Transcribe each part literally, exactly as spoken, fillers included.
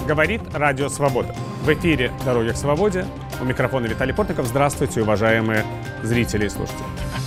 Говорит Радио Свобода. В эфире «Дороги к свободе». У микрофона Виталий Портников. Здравствуйте, уважаемые зрители и слушатели.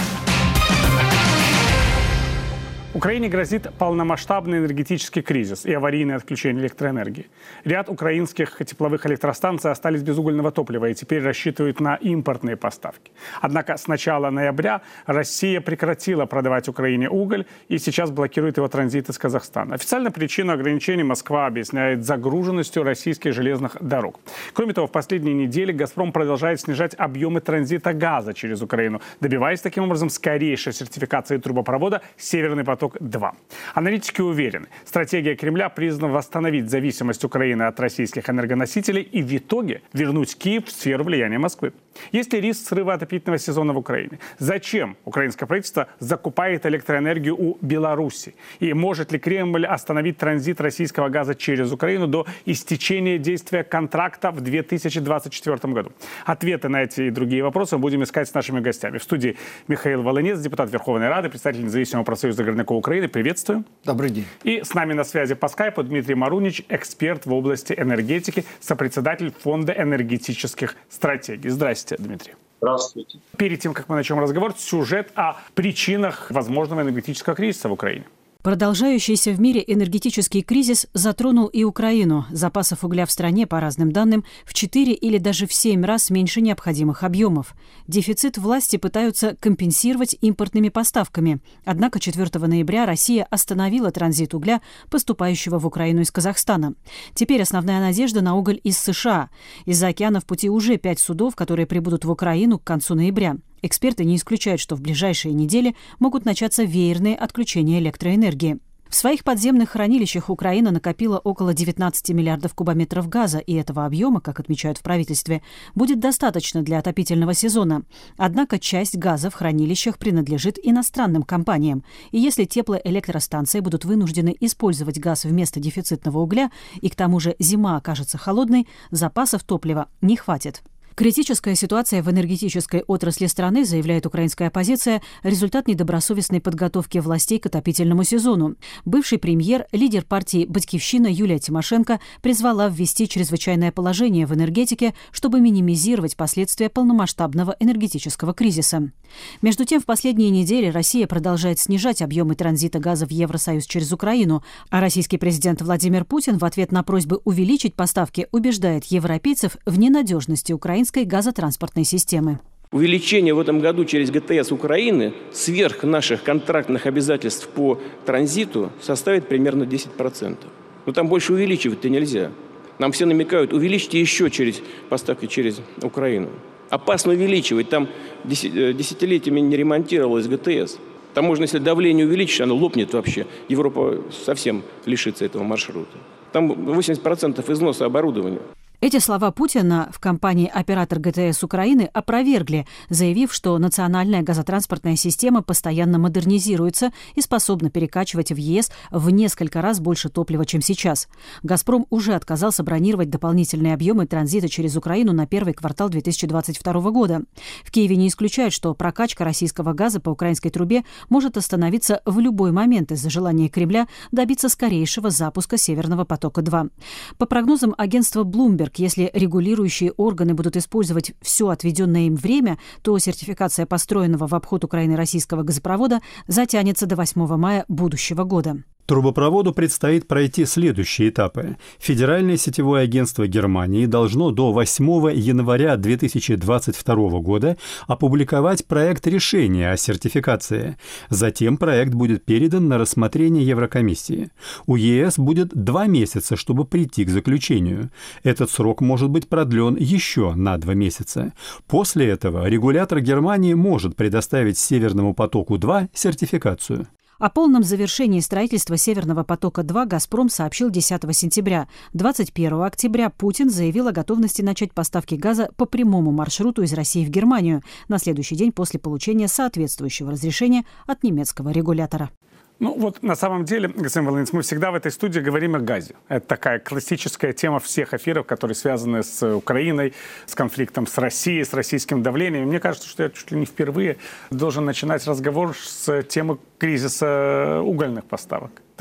Украине грозит полномасштабный энергетический кризис и аварийное отключение электроэнергии. Ряд украинских тепловых электростанций остались без угольного топлива и теперь рассчитывают на импортные поставки. Однако с начала ноября Россия прекратила продавать Украине уголь и сейчас блокирует его транзит из Казахстана. Официально причину ограничений Москва объясняет загруженностью российских железных дорог. Кроме того, в последние недели «Газпром» продолжает снижать объемы транзита газа через Украину, добиваясь таким образом скорейшей сертификации трубопровода «Северный поток-два». Аналитики уверены, стратегия Кремля призвана восстановить зависимость Украины от российских энергоносителей и в итоге вернуть Киев в сферу влияния Москвы. Есть ли риск срыва отопительного сезона в Украине? Зачем украинское правительство закупает электроэнергию у Беларуси? И может ли Кремль остановить транзит российского газа через Украину до истечения действия контракта в две тысячи двадцать четвёртом году? Ответы на эти и другие вопросы мы будем искать с нашими гостями. В студии Михаил Волынец, депутат Верховной Рады, представитель независимого профсоюза горняков Украины. Приветствую. Добрый день. И с нами на связи по скайпу Дмитрий Марунич, эксперт в области энергетики, сопредседатель Фонда энергетических стратегий. Здрасте, Дмитрий. Здравствуйте. Перед тем, как мы начнем разговор, сюжет о причинах возможного энергетического кризиса в Украине. Продолжающийся в мире энергетический кризис затронул и Украину. Запасов угля в стране, по разным данным, в четыре или даже в семь раз меньше необходимых объемов. Дефицит власти пытаются компенсировать импортными поставками. Однако четвёртого ноября Россия остановила транзит угля, поступающего в Украину из Казахстана. Теперь основная надежда на уголь из США. Из-за океана в пути уже пять судов, которые прибудут в Украину к концу ноября. Эксперты не исключают, что в ближайшие недели могут начаться веерные отключения электроэнергии. В своих подземных хранилищах Украина накопила около девятнадцати миллиардов кубометров газа, и этого объема, как отмечают в правительстве, будет достаточно для отопительного сезона. Однако часть газа в хранилищах принадлежит иностранным компаниям, и если теплоэлектростанции будут вынуждены использовать газ вместо дефицитного угля, и к тому же зима окажется холодной, запасов топлива не хватит. Критическая ситуация в энергетической отрасли страны, заявляет украинская оппозиция, результат недобросовестной подготовки властей к отопительному сезону. Бывший премьер, лидер партии «Батькивщина» Юлия Тимошенко призвала ввести чрезвычайное положение в энергетике, чтобы минимизировать последствия полномасштабного энергетического кризиса. Между тем, в последние недели Россия продолжает снижать объемы транзита газа в Евросоюз через Украину, а российский президент Владимир Путин в ответ на просьбы увеличить поставки убеждает европейцев в ненадежности Украины газотранспортной системы. Увеличение в этом году через ГТС Украины сверх наших контрактных обязательств по транзиту составит примерно десять процентов. Но там больше увеличивать-то нельзя. Нам все намекают, увеличьте еще через поставки через Украину. Опасно увеличивать. Там десятилетиями не ремонтировалась ГТС. Там можно, если давление увеличить, оно лопнет вообще. Европа совсем лишится этого маршрута. Там восемьдесят процентов износа оборудования. Эти слова Путина в компании «Оператор ГТС Украины» опровергли, заявив, что национальная газотранспортная система постоянно модернизируется и способна перекачивать в ЕС в несколько раз больше топлива, чем сейчас. «Газпром» уже отказался бронировать дополнительные объемы транзита через Украину на первый квартал две тысячи двадцать второго года. В Киеве не исключают, что прокачка российского газа по украинской трубе может остановиться в любой момент из-за желания Кремля добиться скорейшего запуска «Северного потока-два». По прогнозам агентства Bloomberg, если регулирующие органы будут использовать все отведенное им время, то сертификация построенного в обход Украины российского газопровода затянется до восьмого мая будущего года. Трубопроводу предстоит пройти следующие этапы. Федеральное сетевое агентство Германии должно до восьмого января две тысячи двадцать второго года опубликовать проект решения о сертификации. Затем проект будет передан на рассмотрение Еврокомиссии. У ЕС будет два месяца, чтобы прийти к заключению. Этот срок может быть продлен еще на два месяца. После этого регулятор Германии может предоставить «Северному потоку-два» сертификацию. О полном завершении строительства «Северного потока-два» «Газпром» сообщил десятого сентября. двадцать первого октября Путин заявил о готовности начать поставки газа по прямому маршруту из России в Германию на следующий день после получения соответствующего разрешения от немецкого регулятора. Ну вот на самом деле, господин Волынец, мы всегда в этой студии говорим о газе. Это такая классическая тема всех эфиров, которые связаны с Украиной, с конфликтом с Россией, с российским давлением. Мне кажется, что я чуть ли не впервые должен начинать разговор с темы кризиса угольных поставок.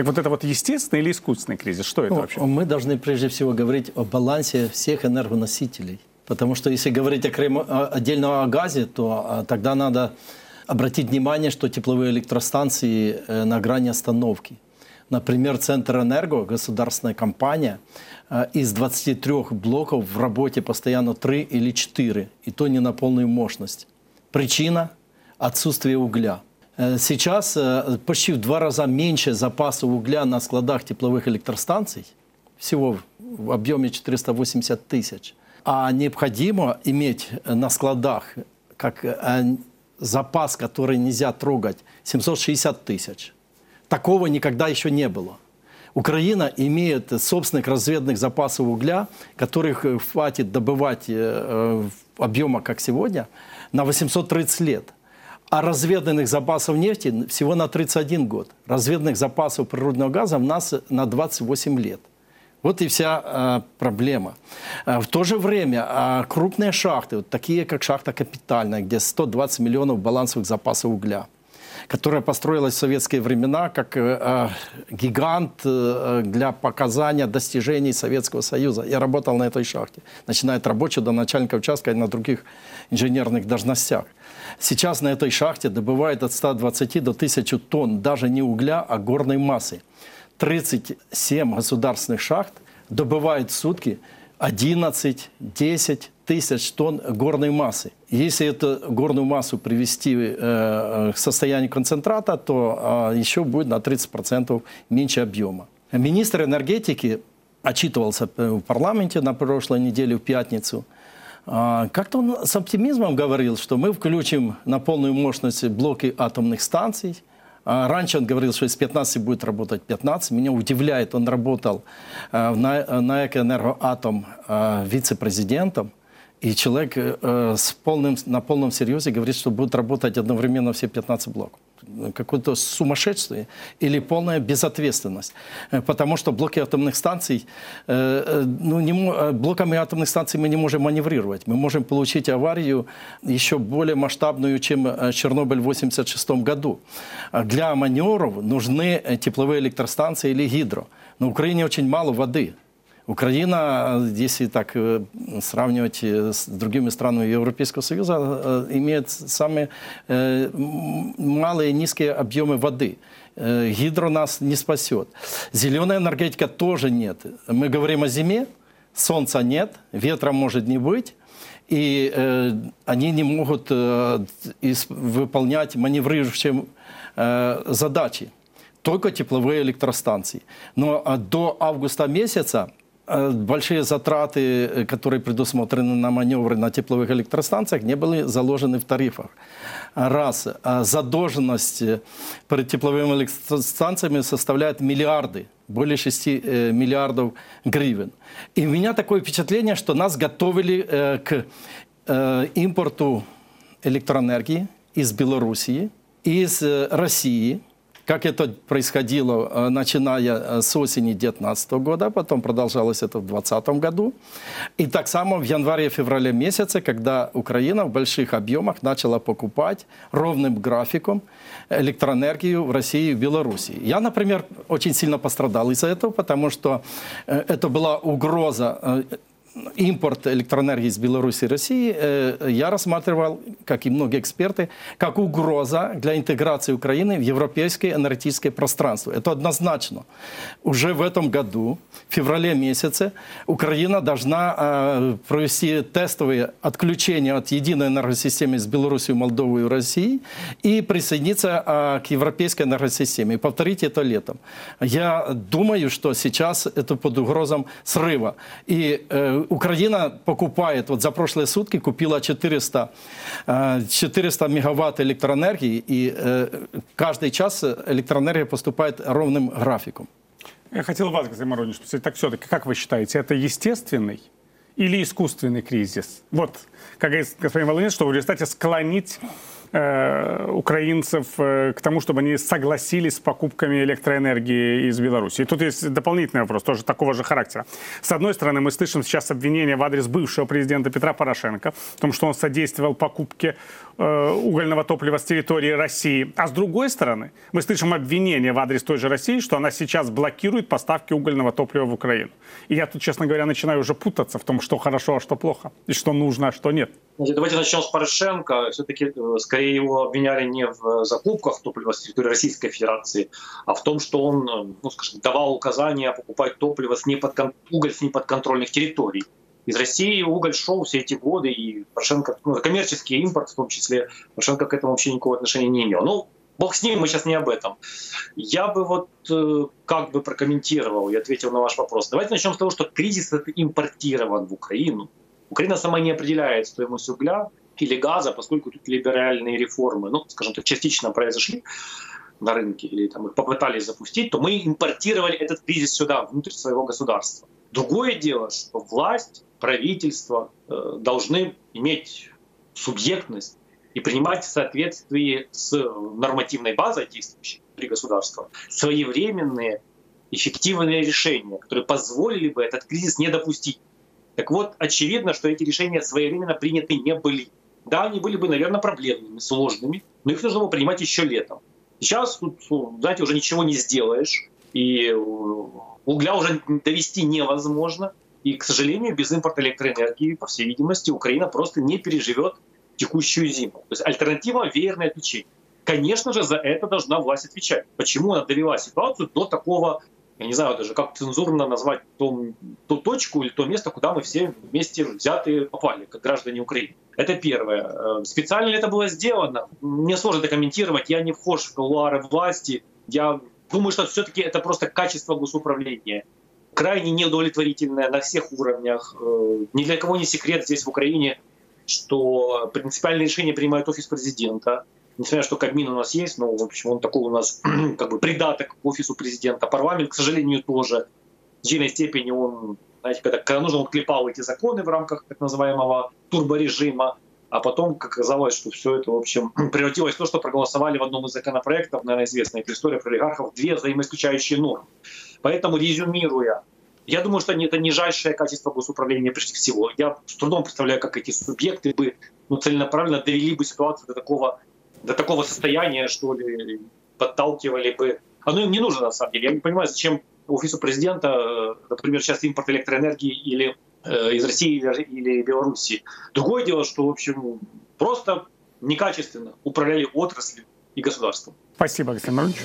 Так вот это вот естественный или искусственный кризис? Что это Ну, вообще? мы должны прежде всего говорить о балансе всех энергоносителей. Потому что если говорить окремо, отдельно о газе, то а, тогда надо обратить внимание, что тепловые электростанции э, на грани остановки. Например, Центрэнерго, государственная компания, э, из двадцати трёх блоков в работе постоянно три или четыре, и то не на полную мощность. Причина – отсутствие угля. Э, сейчас э, почти в два раза меньше запаса угля на складах тепловых электростанций, всего в объеме четыреста восемьдесят тысяч. А необходимо иметь на складах как э, запас, который нельзя трогать, семьсот шестьдесят тысяч. Такого никогда еще не было. Украина имеет собственных разведных запасов угля, которых хватит добывать э, в объемах, как сегодня, на восемьсот тридцать лет. А разведанных запасов нефти всего на тридцать один год. Разведанных запасов природного газа у нас на двадцать восемь лет. Вот и вся э, проблема. Э, в то же время э, крупные шахты, вот такие как шахта Капитальная, где сто двадцать миллионов балансовых запасов угля, которая построилась в советские времена как э, гигант э, для показания достижений Советского Союза. Я работал на этой шахте, начиная от рабочего до начальника участка и на других инженерных должностях. Сейчас на этой шахте добывают от ста двадцати до тысячи тонн даже не угля, а горной массы. тридцать семь государственных шахт добывают в сутки одиннадцать-десять тысяч тонн горной массы. Если эту горную массу привести э, к состоянию концентрата, то э, еще будет на тридцать процентов меньше объема. Министр энергетики отчитывался в парламенте на прошлой неделе, в пятницу. Э, как-то он с оптимизмом говорил, что мы включим на полную мощность блоки атомных станций. Раньше он говорил, что из пятнадцати будет работать пятнадцать. Меня удивляет, он работал на, на Экоэнергоатом вице-президентом. И человек с полным, на полном серьезе говорит, что будут работать одновременно все пятнадцать блоков. Какое-то сумасшествие или полная безответственность. Потому что блоки атомных станций, ну, не, блоками атомных станций мы не можем маневрировать. Мы можем получить аварию еще более масштабную, чем Чернобыль в восемьдесят шестом году. Для маневров нужны тепловые электростанции или гидро. На Украине очень мало воды. Украина, если так сравнивать с другими странами Европейского Союза, имеет самые малые и низкие объемы воды. Гидро нас не спасет. Зеленая энергетика тоже нет. Мы говорим о зиме, солнца нет, ветра может не быть. И э, они не могут э, выполнять маневрирующие э, задачи. Только тепловые электростанции. Но э, до августа месяца большие затраты, которые предусмотрены на маневры на тепловых электростанциях, не были заложены в тарифах. Раз. Задолженность перед тепловыми электростанциями составляет миллиарды, более шести миллиардов гривен. И у меня такое впечатление, что нас готовили к импорту электроэнергии из Белоруссии, из России, как это происходило, начиная с осени две тысячи девятнадцатого года, потом продолжалось это в две тысячи двадцатом году. И так само в январе-феврале месяце, когда Украина в больших объемах начала покупать ровным графиком электроэнергию в России и в Белоруссии. Я, например, очень сильно пострадал из-за этого, потому что это была угроза. Импорт электроэнергии из Беларуси и России э, я рассматривал, как и многие эксперты, как угроза для интеграции Украины в европейское энергетическое пространство. Это однозначно. Уже в этом году, в феврале месяце, Украина должна э, провести тестовые отключения от единой энергосистемы с Беларусью, Молдовой и Россией и присоединиться э, к европейской энергосистеме. И повторить это летом. Я думаю, что сейчас это под угрозом срыва. И э, Украина покупает, вот за прошлые сутки купила четыреста, четыреста мегаватт электроэнергии, и каждый час электроэнергия поступает ровным графиком. Я хотел вас, господин Миронич, спросить, так все-таки, как вы считаете, это естественный или искусственный кризис? Вот, как говорит господин Волынец, что в результате склонить э, украинцев э, к тому, чтобы они согласились с покупками электроэнергии из Беларуси. И тут есть дополнительный вопрос, тоже такого же характера. С одной стороны, мы слышим сейчас обвинения в адрес бывшего президента Петра Порошенко в том, что он содействовал покупке э, угольного топлива с территории России. А с другой стороны, мы слышим обвинения в адрес той же России, что она сейчас блокирует поставки угольного топлива в Украину. И я тут, честно говоря, начинаю уже путаться в том, что хорошо, а что плохо, и что нужно, а что нет. Давайте начнем с Порошенко. Все-таки, скорее, его обвиняли не в закупках топлива с территории Российской Федерации, а в том, что он, ну, скажем, давал указания покупать топливо с неподкон... уголь с неподконтрольных территорий. Из России уголь шел все эти годы, и Порошенко, ну, коммерческий импорт в том числе, Порошенко к этому вообще никакого отношения не имел. Ну, бог с ним, мы сейчас не об этом. Я бы вот э, как бы прокомментировал и ответил на ваш вопрос. Давайте начнем с того, что кризис это импортирован в Украину. Украина сама не определяет стоимость угля или газа, поскольку тут либеральные реформы, ну, скажем так, частично произошли на рынке, или там их попытались запустить, то мы импортировали этот кризис сюда, внутрь своего государства. Другое дело, что власть, правительство э, должны иметь субъектность и принимать в соответствии с нормативной базой, действующей при государстве, своевременные, эффективные решения, которые позволили бы этот кризис не допустить. Так вот, очевидно, что эти решения своевременно приняты не были. Да, они были бы, наверное, проблемными, сложными, но их нужно было принимать еще летом. Сейчас тут, знаете, уже ничего не сделаешь, и угля уже довести невозможно. И, к сожалению, без импорта электроэнергии, по всей видимости, Украина просто не переживет текущую зиму. То есть альтернатива — веерное отключение. Конечно же, за это должна власть отвечать. Почему она довела ситуацию до такого, я не знаю даже, как цензурно назвать ту, ту точку или то место, куда мы все вместе взятые попали, как граждане Украины. Это первое. Специально ли это было сделано? Мне сложно это комментировать. Я не вхож в кулуары власти. Я думаю, что все-таки это просто качество госуправления. Крайне неудовлетворительное на всех уровнях. Ни для кого не секрет здесь в Украине, что принципиальные решения принимает офис президента. Несмотря на то, что Кабмин у нас есть, но, в общем, он такой у нас как бы придаток к офису президента. Парламент, к сожалению, тоже. В значительной степени он, знаете, когда, когда нужно, он клепал эти законы в рамках так называемого турборежима, а потом, как оказалось, что все это, в общем, превратилось в то, что проголосовали в одном из законопроектов, наверное, известная эта история про олигархов, две взаимоисключающие нормы. Поэтому, резюмируя, я думаю, что это нижайшее качество госуправления прежде всего. Я с трудом представляю, как эти субъекты бы ну, целенаправленно довели бы ситуацию до такого, до такого состояния, что ли, подталкивали бы. Оно им не нужно, на самом деле. Я не понимаю, зачем офису президента, например, сейчас импорт электроэнергии или э, из России или, или Белоруссии. Другое дело, что, в общем, просто некачественно управляли отраслью и государством. Спасибо, Алексей Марович.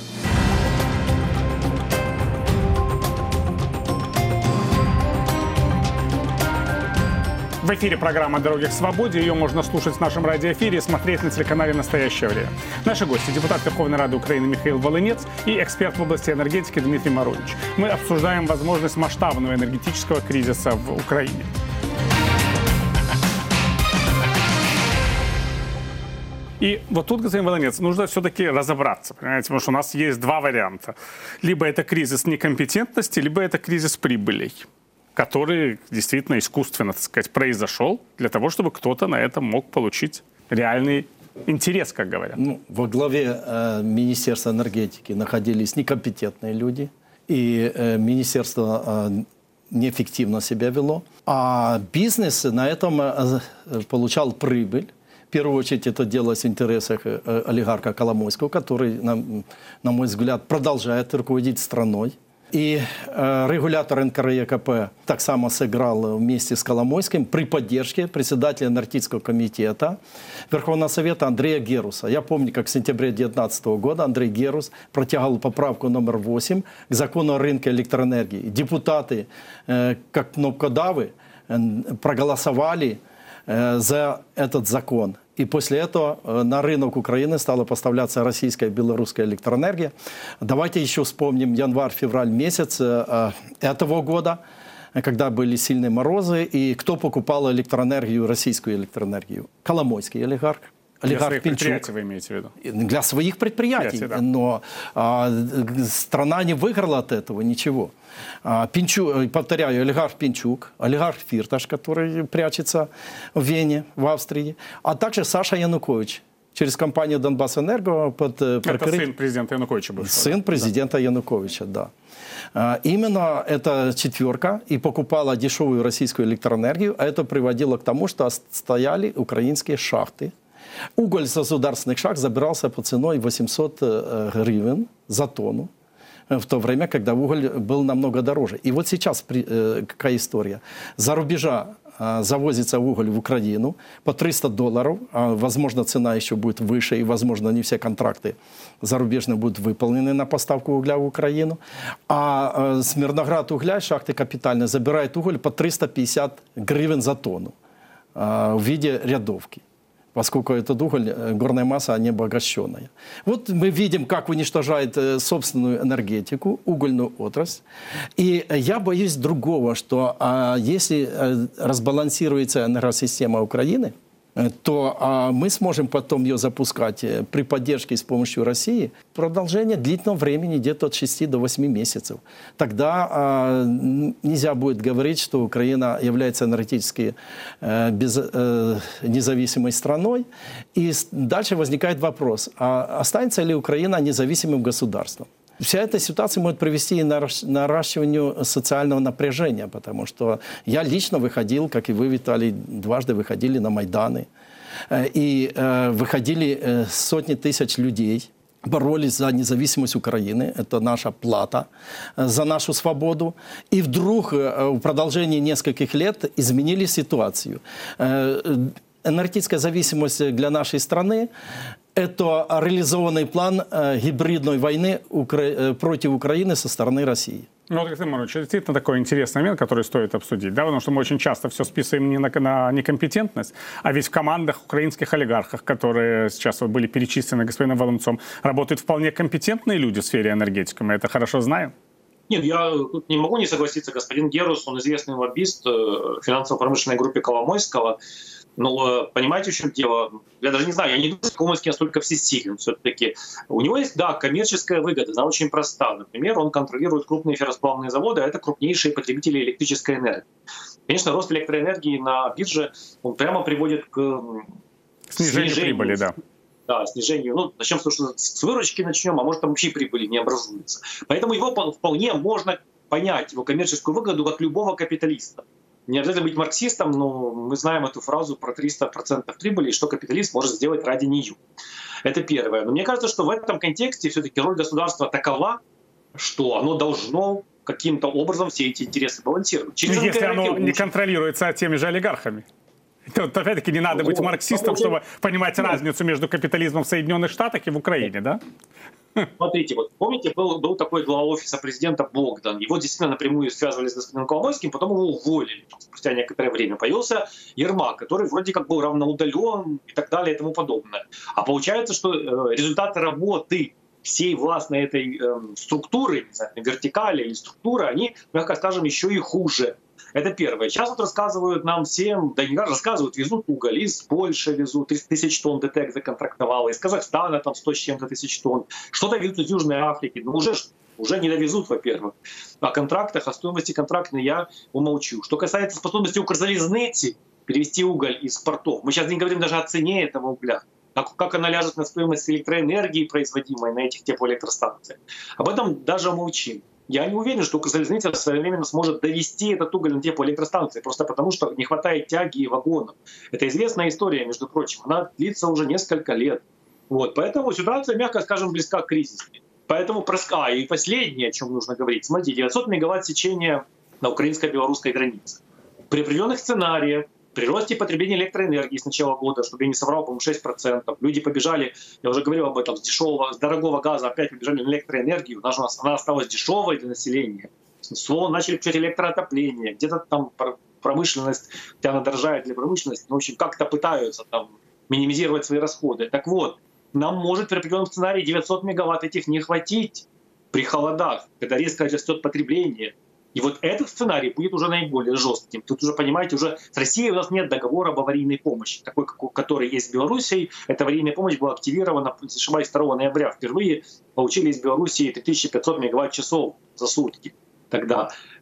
В эфире программа «Дороги к свободе». Ее можно слушать в нашем радиоэфире и смотреть на телеканале «Настоящее время». Наши гости – депутат Верховной Рады Украины Михаил Волынец и эксперт в области энергетики Дмитрий Марович. Мы обсуждаем возможность масштабного энергетического кризиса в Украине. И вот тут, господин Волынец, нужно все-таки разобраться, понимаете, потому что у нас есть два варианта. Либо это кризис некомпетентности, либо это кризис прибылей, который действительно искусственно, так сказать, произошел для того, чтобы кто-то на этом мог получить реальный интерес, как говорят. Ну, во главе э, Министерства энергетики находились некомпетентные люди, и э, Министерство э, неэффективно себя вело, а бизнес на этом э, получал прибыль. В первую очередь это делалось в интересах э, олигарха Коломойского, который, на, на мой взгляд, продолжает руководить страной. И э, регулятор эн ка эр е ка пэ так само сыграл вместе с Коломойским при поддержке председателя энергетического комитета Верховного Совета Андрея Геруса. Я помню, как в сентябре две тысячи девятнадцатого года Андрей Герус протягивал поправку номер восемь к закону о рынке электроэнергии. Депутаты, э, как кнопкодавы, э, проголосовали э, за этот закон. И после этого на рынок Украины стала поставляться российская и белорусская электроэнергия. Давайте еще вспомним январь-февраль месяц этого года, когда были сильные морозы. И кто покупал электроэнергию, российскую электроэнергию? Коломойский олигарх. Для своих Пинчук. Предприятий вы имеете в виду? Для своих предприятий. Да. Но а, страна не выиграла от этого ничего. А, Пинчук, повторяю, олигарх Пинчук, олигарх Фирташ, который прячется в Вене, в Австрии, а также Саша Янукович, через компанию «Донбассэнерго» под Это прикрытием... сын президента Януковича был. Сын президента да. Януковича, да. Именно эта четверка и покупала дешевую российскую электроэнергию, а это приводило к тому, что стояли украинские шахты. Уголь с государственных шахт забирался по ценой восемьсот гривен за тонну, в то время, когда уголь был намного дороже. И вот сейчас какая история. За рубежа завозится уголь в Украину по триста долларов, а, возможно, цена еще будет выше, и, возможно, не все контракты зарубежные будут выполнены на поставку угля в Украину. А, а Смирноград угля, шахты капитальные, забирает уголь по триста пятьдесят гривен за тонну а, в виде рядовки, поскольку этот уголь, горная масса, не обогащенная. Вот мы видим, как уничтожает собственную энергетику, угольную отрасль. И я боюсь другого, что а, если разбалансируется энергосистема Украины, то а, мы сможем потом ее запускать при поддержке с помощью России продолжение длительного времени, где-то от шести до восьми месяцев. Тогда а, нельзя будет говорить, что Украина является энергетически а, без, а, независимой страной. И дальше возникает вопрос, а останется ли Украина независимым государством? Вся эта ситуация может привести к наращиванию социального напряжения, потому что я лично выходил, как и вы, Виталий, дважды выходили на Майданы, и выходили сотни тысяч людей, боролись за независимость Украины, это наша плата за нашу свободу, и вдруг в продолжении нескольких лет изменили ситуацию. Энергетическая зависимость для нашей страны – это реализованный план э, гибридной войны Укра... против Украины со стороны России. Ну, вот, Александр Иванович, действительно такой интересный момент, который стоит обсудить, да, потому что мы очень часто все списываем не на, на некомпетентность, а ведь в командах украинских олигархов, которые сейчас вот были перечислены господином Волынцом, работают вполне компетентные люди в сфере энергетики, мы это хорошо знаем. Нет, я тут не могу не согласиться. Господин Герус, он известный лоббист в финансово-промышленной группе Коломойского. Но понимаете, в чем дело? Я даже не знаю, я не думаю, что Коломойский настолько всесилен все-таки. У него есть, да, коммерческая выгода, она очень проста. Например, он контролирует крупные ферросплавные заводы, а это крупнейшие потребители электрической энергии. Конечно, рост электроэнергии на бирже, он прямо приводит к снижению, снижению прибыли, да. Да, снижению. Ну, начнем с того, что с выручки начнем, а может там вообще прибыли не образуется. Поэтому его вполне можно понять, его коммерческую выгоду, как любого капиталиста. Не обязательно быть марксистом, но мы знаем эту фразу про триста процентов прибыли, и что капиталист может сделать ради нее. Это первое. Но мне кажется, что в этом контексте все-таки роль государства такова, что оно должно каким-то образом все эти интересы балансировать. Через Если оно не контролируется теми же олигархами. Тут, опять-таки, не надо быть марксистом, чтобы понимать разницу между капитализмом в Соединенных Штатах и в Украине, да? Смотрите, вот помните, был, был такой глава офиса президента Богдан. Его действительно напрямую связывали с господином Коломойским, потом его уволили спустя некоторое время. Появился Ермак, который вроде как был равноудален и так далее и тому подобное. А получается, что э, результаты работы всей властной этой э, структуры, не знаю, вертикали или структуры, они, мягко скажем, еще и хуже. Это первое. Сейчас вот рассказывают нам всем, да не рассказывают, везут уголь, из Польши везут, тридцать тысяч тонн ДТЭК законтрактовала, из Казахстана там сто с чем-то тысяч тонн, что-то везут из Южной Африки, но уже, уже не довезут, во-первых. О контрактах, о стоимости контракта я умолчу. Что касается способности Укрзалезницы перевести уголь из портов, мы сейчас не говорим даже о цене этого угля, как, как она ляжет на стоимость электроэнергии, производимой на этих теплоэлектростанциях. Об этом даже умолчим. Я не уверен, что Укрзалезница своевременно сможет довести этот уголь на теплоэлектростанции, просто потому что не хватает тяги и вагонов. Это известная история, между прочим. Она длится уже несколько лет. Вот. Поэтому ситуация, мягко скажем, близка к кризису. Поэтому, а, и последнее, о чем нужно говорить. Смотрите, девятьсот мегаватт сечения на украинско-белорусской границе. При определенных сценариях, при росте потребления электроэнергии с начала года, чтобы я не соврал, по-моему, шесть процентов, люди побежали, я уже говорил об этом, с дешевого, с дорогого газа опять побежали на электроэнергию, даже у нас она осталась дешевой для населения. Словом, начали включать электроотопление, где-то там промышленность, хотя она дорожает для промышленности, но, в общем, как-то пытаются там минимизировать свои расходы. Так вот, нам может при определенном сценарии девятьсот мегаватт этих не хватить при холодах, когда резко растет потребление. И вот этот сценарий будет уже наиболее жестким. Тут уже, понимаете, уже с Россией у нас нет договора об аварийной помощи, такой, который есть с Белоруссией. Эта аварийная помощь была активирована, не ошибаюсь, второго ноября. Впервые получили из Белоруссии три тысячи пятьсот мегаватт-часов за сутки тогда.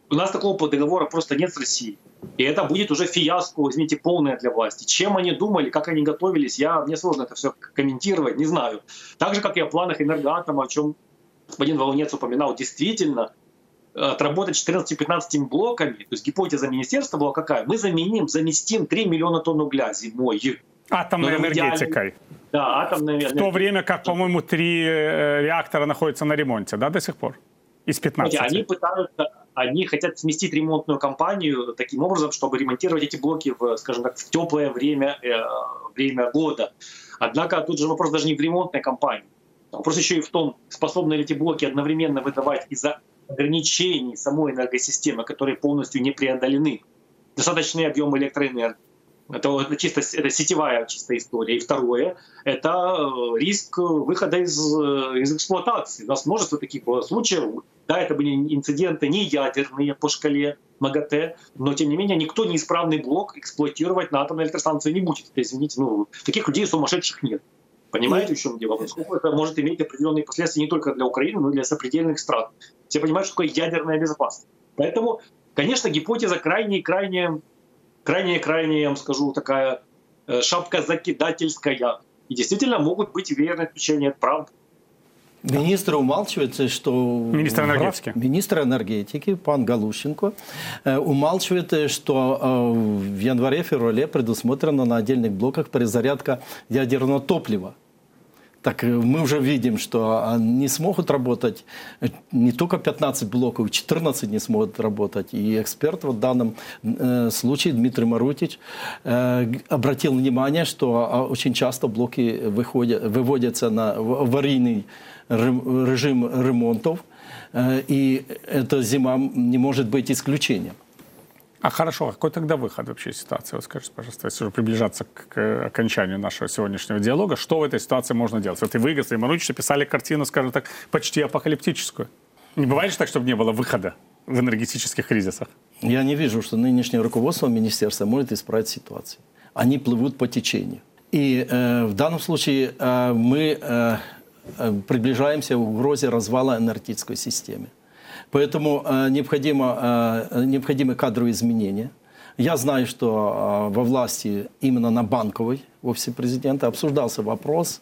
У нас такого договора просто нет с Россией. И это будет уже фиаско, извините, полное для власти. Чем они думали, как они готовились, я, мне сложно это все комментировать, не знаю. Так же, как и о планах Энергоатома, о чем господин Волынец упоминал, действительно, отработать четырнадцатью-пятнадцатью блоками, то есть гипотеза министерства была какая? Мы заменим, заместим три миллиона тонн угля зимой. Атомной энергетикой. Идеально... Да, атомной энергетикой. В то время как, по-моему, три реактора находятся на ремонте, да, до сих пор? Из пятнадцати. Они пытаются, они хотят сместить ремонтную компанию таким образом, чтобы ремонтировать эти блоки в, скажем так, в теплое время, э, время года. Однако тут же вопрос даже не в ремонтной компании. Вопрос еще и в том, способны ли эти блоки одновременно выдавать из-за ограничений самой энергосистемы, которые полностью не преодолены, достаточный объем электроэнергии. Это, это чисто это сетевая чистая история. И второе — это риск выхода из, из эксплуатации. У нас множество таких случаев. Да, это были инциденты не ядерные по шкале МАГАТЭ, но тем не менее никто неисправный блок эксплуатировать на атомной электростанции не будет. Это, извините, ну, таких людей сумасшедших нет. Понимаете, в чем дело? Поскольку это может иметь определенные последствия не только для Украины, но и для сопредельных стран. Все понимают, что такое ядерная безопасность. Поэтому, конечно, гипотеза крайне-крайне, крайне-крайне, я вам скажу, такая шапка закидательская. И действительно могут быть верные отключения, это правда. Министр умалчивает, что... Министр энергетики. Министр энергетики, пан Галущенко, умалчивает, что в январе-феврале предусмотрена на отдельных блоках перезарядка ядерного топлива. Так мы уже видим, что не смогут работать не только пятнадцать блоков, четырнадцать не смогут работать. И эксперт в данном случае, Дмитрий Марутич, обратил внимание, что очень часто блоки выходят, выводятся на аварийный режим ремонтов, и эта зима не может быть исключением. А хорошо, а какой тогда выход вообще из ситуации? Вот скажите, пожалуйста, если уже приближаться к окончанию нашего сегодняшнего диалога, что в этой ситуации можно делать? Вот и вы, господин Марутич, писали картину, скажем так, почти апокалиптическую. Не бывает же так, чтобы не было выхода в энергетических кризисах? Я не вижу, что нынешнее руководство министерства может исправить ситуацию. Они плывут по течению. И э, в данном случае э, мы э, приближаемся к угрозе развала энергетической системы. Поэтому э, необходимо, э, необходимы кадровые изменения. Я знаю, что э, во власти, именно на Банковой, в офисе президента, обсуждался вопрос,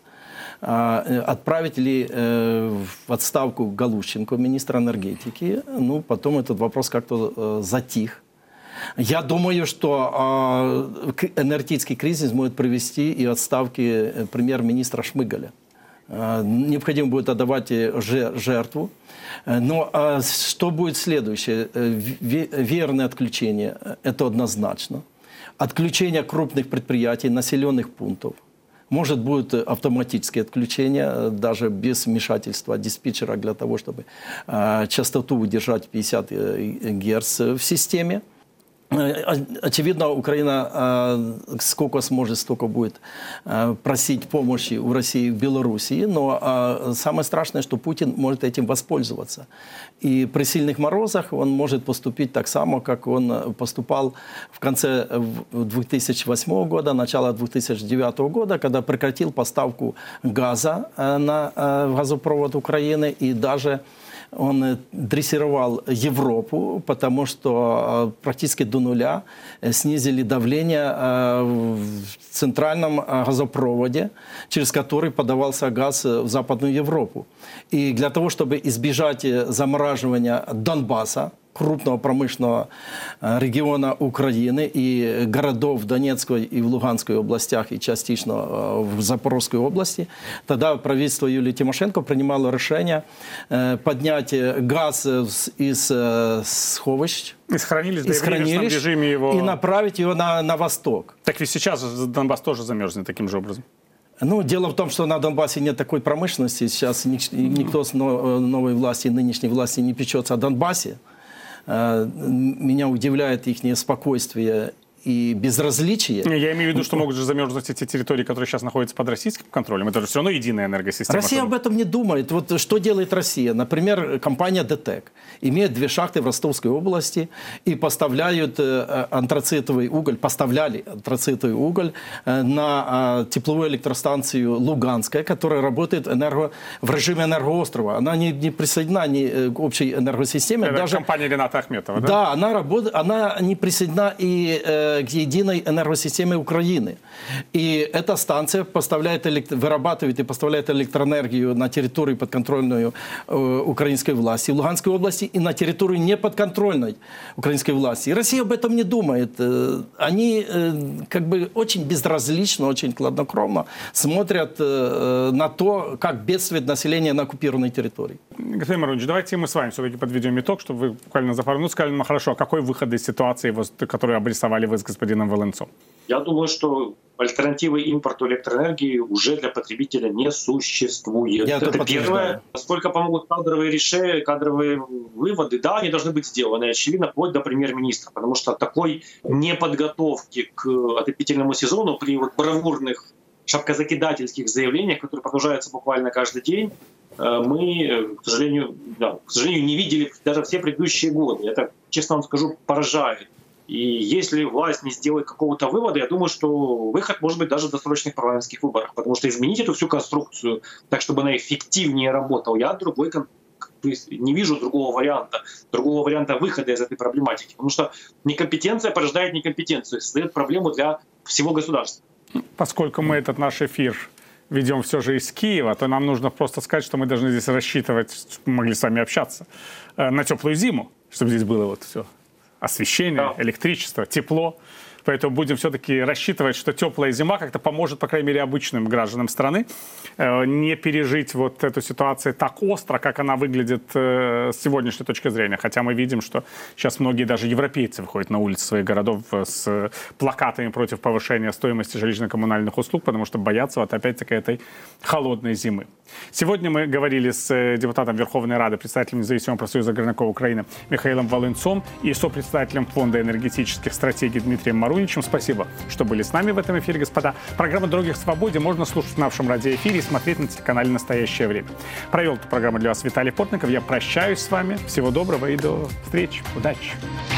э, отправить ли э, в отставку Галущенко, министра энергетики. Ну, потом этот вопрос как-то э, затих. Я думаю, что э, энергетический кризис может привести и отставки премьер-министра Шмыгаля. Необходимо будет отдавать жертву. Но что будет следующее? Верное отключение – это однозначно. Отключение крупных предприятий, населенных пунктов. Может, будет автоматическое отключение, даже без вмешательства диспетчера, для того, чтобы частоту удержать пятьдесят герц в системе. Очевидно, Украина сколько сможет, столько будет просить помощи у России в Белоруссии, но самое страшное, что Путин может этим воспользоваться. И при сильных морозах он может поступить так само, как он поступал в конце две тысячи восьмого года, начало две тысячи девятого года, когда прекратил поставку газа на газопровод Украины и даже он дрессировал Европу, потому что практически до нуля снизили давление в центральном газопроводе, через который подавался газ в Западную Европу. И для того, чтобы избежать замораживания Донбасса, крупного промышленного региона Украины и городов в Донецкой и в Луганской областях и частично в Запорожской области, тогда правительство Юлии Тимошенко принимало решение поднять газ из сховищ, из хранилищ, из хранилищ режиме его... и направить его на, на восток. Так ведь сейчас Донбасс тоже замерзнет таким же образом. Ну, дело в том, что на Донбассе нет такой промышленности. Сейчас никто с новой власти, нынешней власти не печется о Донбассе. Меня удивляет их спокойствие и безразличие. Не, я имею в виду, что могут же замерзнуть эти территории, которые сейчас находятся под российским контролем. Это же все равно единая энергосистема. Россия об этом не думает. Вот что делает Россия? Например, компания ДТЭК имеет две шахты в Ростовской области и поставляют антрацитовый уголь, поставляли антрацитовый уголь на тепловую электростанцию Луганская, которая работает энерго, в режиме энергоострова. Она не, не присоединена ни к общей энергосистеме. Это даже компания Рената Ахметова, да? Да, она, работает, она не присоединена и э, к единой энергосистеме Украины. И эта станция поставляет, вырабатывает и поставляет электроэнергию на территорию подконтрольную э, украинской власти в Луганской области и на территорию неподконтрольной украинской власти. И Россия об этом не думает. Э, они э, как бы очень безразлично, очень хладнокровно смотрят э, на то, как бедствует население на оккупированной территории. Господин Марунович, давайте мы с вами все-таки подведем итог, чтобы вы буквально за пару минут сказали, ну хорошо, а какой выход из ситуации, которую обрисовали вы с господином Волынцом? Я думаю, что альтернативы импорту электроэнергии уже для потребителя не существует. Я это первое. Насколько помогут кадровые решения, кадровые выводы, да, они должны быть сделаны, очевидно, вплоть до премьер-министра, потому что такой неподготовки к отопительному сезону при вот бравурных шапкозакидательских заявлениях, которые продолжаются буквально каждый день, мы, к сожалению, да, к сожалению, не видели даже все предыдущие годы. Это, честно вам скажу, поражает. И если власть не сделает какого-то вывода, я думаю, что выход может быть даже в досрочных парламентских выборах. Потому что изменить эту всю конструкцию так, чтобы она эффективнее работала, я другой, не вижу другого варианта, другого варианта выхода из этой проблематики. Потому что некомпетенция порождает некомпетенцию, создает проблему для всего государства. Поскольку мы этот наш эфир ведем все же из Киева, то нам нужно просто сказать, что мы должны здесь рассчитывать, чтобы мы могли с вами общаться, на теплую зиму, чтобы здесь было вот все. Освещение, да. Электричество, тепло. Поэтому будем все-таки рассчитывать, что теплая зима как-то поможет, по крайней мере, обычным гражданам страны э, не пережить вот эту ситуацию так остро, как она выглядит э, с сегодняшней точки зрения. Хотя мы видим, что сейчас многие даже европейцы выходят на улицы своих городов с плакатами против повышения стоимости жилищно-коммунальных услуг, потому что боятся вот опять-таки этой холодной зимы. Сегодня мы говорили с депутатом Верховной Рады, председателем Независимого профсоюза аграрников Украины Михаилом Волынцом и сопредседателем Фонда энергетических стратегий Дмитрием Маруничем. Спасибо, что были с нами в этом эфире, господа. Программу «Дороги к свободе» можно слушать в нашем радиоэфире и смотреть на телеканале «Настоящее время». Провел эту программу для вас Виталий Портников. Я прощаюсь с вами. Всего доброго и до встречи. Удачи!